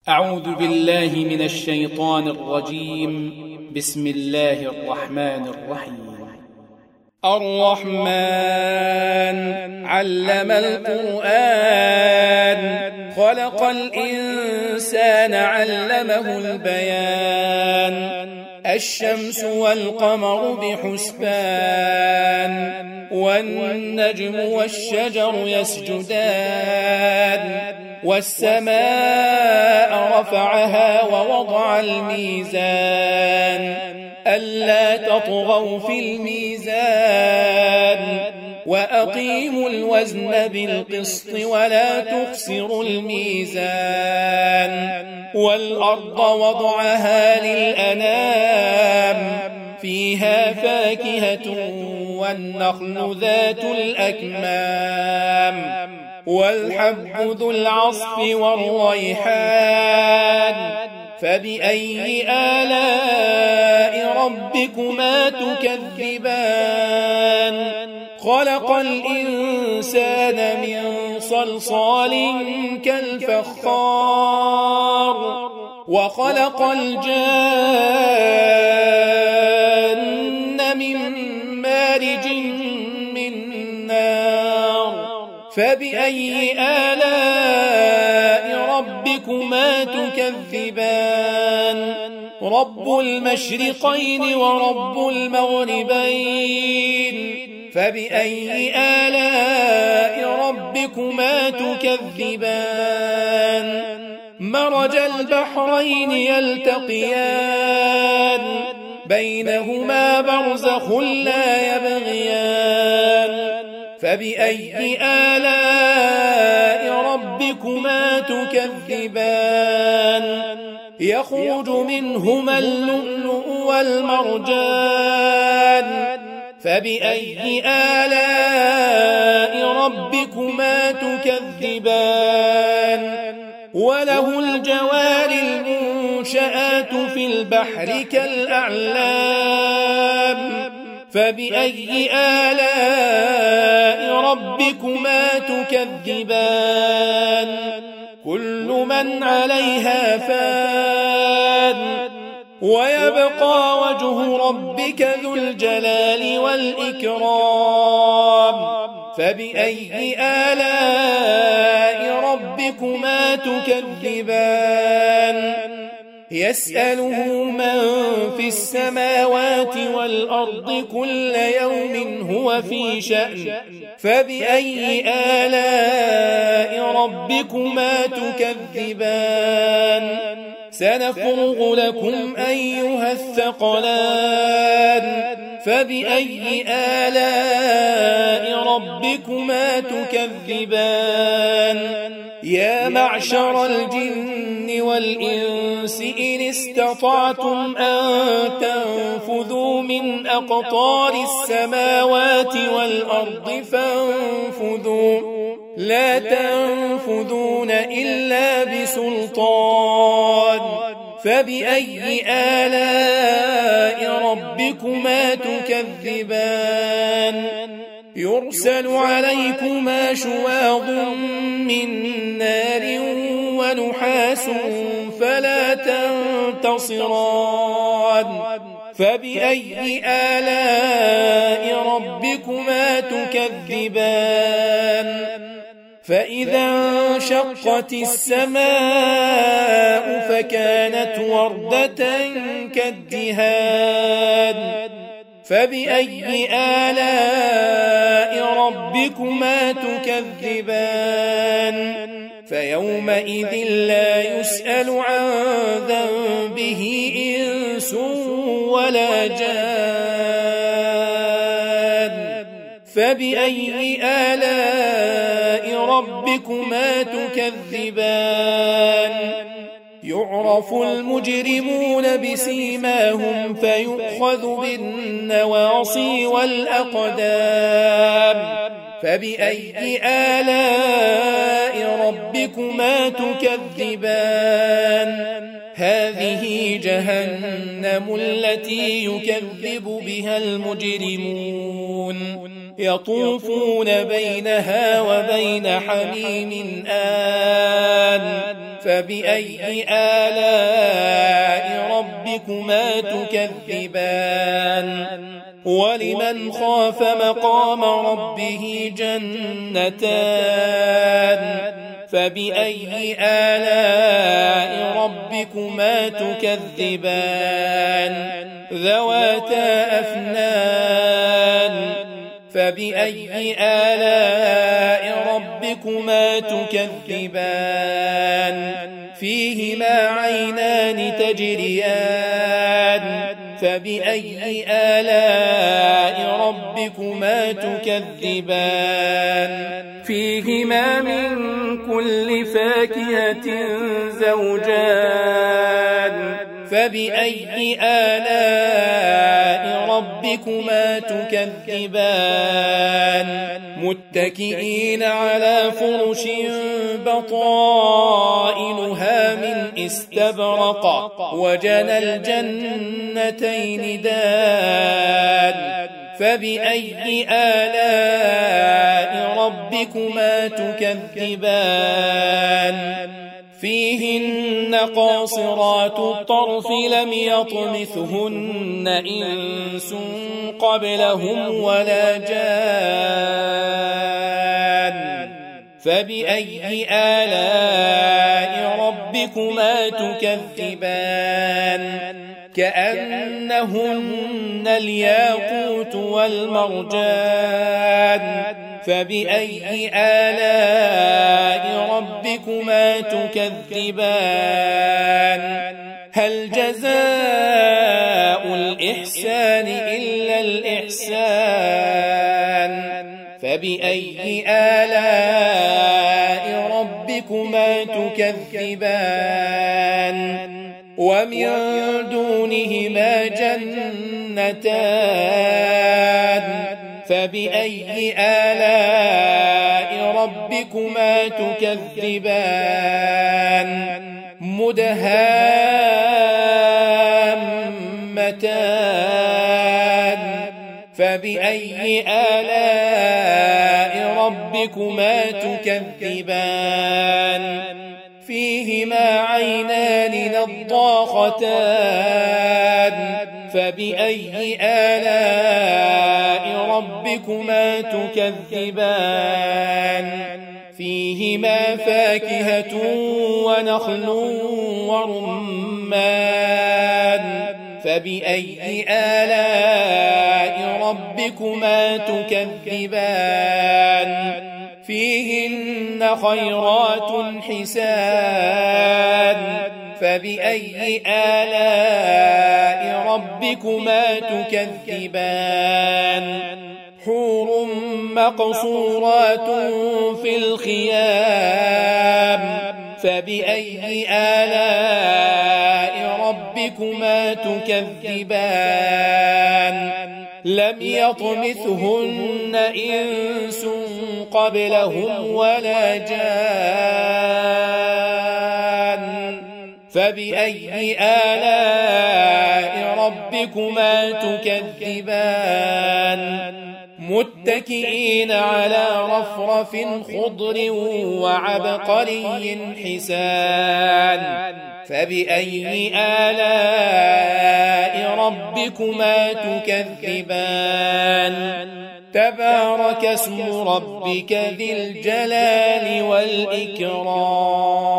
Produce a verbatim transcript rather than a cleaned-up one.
أعوذ بالله من الشيطان الرجيم. بسم الله الرحمن الرحيم. الرحمن علم القرآن خلق الإنسان علمه البيان الشمس والقمر بحسبان والنجم والشجر يسجدان والسماء رفعها ووضع الميزان ألا تطغوا في الميزان وأقيموا الوزن بالقسط ولا تخسروا الميزان والأرض وضعها للأنام فيها فاكهة والنخل ذات الأكمام والحب ذو العصف والريحان فبأي آلاء ربكما تكذبان خلق الإنسان من صلصال كالفخار وخلق الجان من مارج من نار فبأي آلاء ربكما تكذبان رب المشرقين ورب المغربين فبأي آلاء ربكما تكذبان مرج البحرين يلتقيان بينهما برزخ لا يبغيان فبأي آلاء ربكما تكذبان يخرج منهما اللؤلؤ والمرجان فبأي آلاء ربكما تكذبان وله الجوار المنشآت في البحر كالأعلام فبأي آلاء ربكما تكذبان كل من عليها فان ويبقى وجه ربك ذو الجلال والإكرام فبأي آلاء ربكما تكذبان يسأله من في السماوات والأرض كل يوم هو في شأن فبأي آلاء ربكما تكذبان سنفرغ لكم أيها الثقلان فبأي آلاء ربكما تكذبان يا معشر الجن والإنس إن استطعتم أن تنفذوا من أقطار السماوات والأرض فانفذوا لا تنفذون إلا بسلطان فبأي آلاء ربكما تكذبان يرسل عليكما شواظ من نار ونحاس فلا تنتصران فبأي آلاء ربكما تكذبان فإذا انشقت السماء فكانت وردة كالدهان فبأي آلاء ربكما تكذبان فيومئذ لا يسأل عن ذنبه إنس ولا جان فبأي آلاء ربكما تكذبان يعرف المجرمون بسيماهم فيؤخذ بالنواصي والأقدام فبأي آلاء ربكما تكذبان هذه جهنم التي يكذب بها المجرمون يطوفون بينها وبين حميم آن فبأي آلاء ربكما تكذبان ولمن خاف مقام ربه جنتان فبأي آلاء ربكما تكذبان ذواتا أفنان فبأي آلاء ربكما تكذبان فيهما عينان تجريان فبأي آلاء ربكما تكذبان فيهما من كل فاكهة زوجان فبأي آلاء ربكما تكذبان متكئين على فرش بطائنها من استبرق وجنى الجنتين دان فبأي آلاء ربكما تكذبان فيهن قاصرات الطرف لم يطمثهن إنس قبلهم ولا جان فبأي آلاء ربكما تكذبان كأنهن الياقوت والمرجان فبأي آلاء ربكما تكذبان هل جزاء الإحسان إلا الإحسان فبأي آلاء ربكما تكذبان ومن دونهما جنتان فبأي آلاء ربكما تكذبان مدهامتان فبأي آلاء ربكما تكذبان فيهما عينان نضاختان فبأي آلاء ربكما تكذبان فيهما فاكهة ونخل ورمان فبأي آلاء ربكما تكذبان فيهن خيرات حسان فبأي آلاء ربكما تكذبان حور مقصورات في الخيام فبأي آلاء ربكما تكذبان لم يطمثهن إنس قبلهم ولا جان فبأي آلاء ربكما تكذبان متكئين على رفرف خضر وعبقري حسان فبأي آلاء ربكما تكذبان تبارك اسم ربك ذي الجلال والإكرام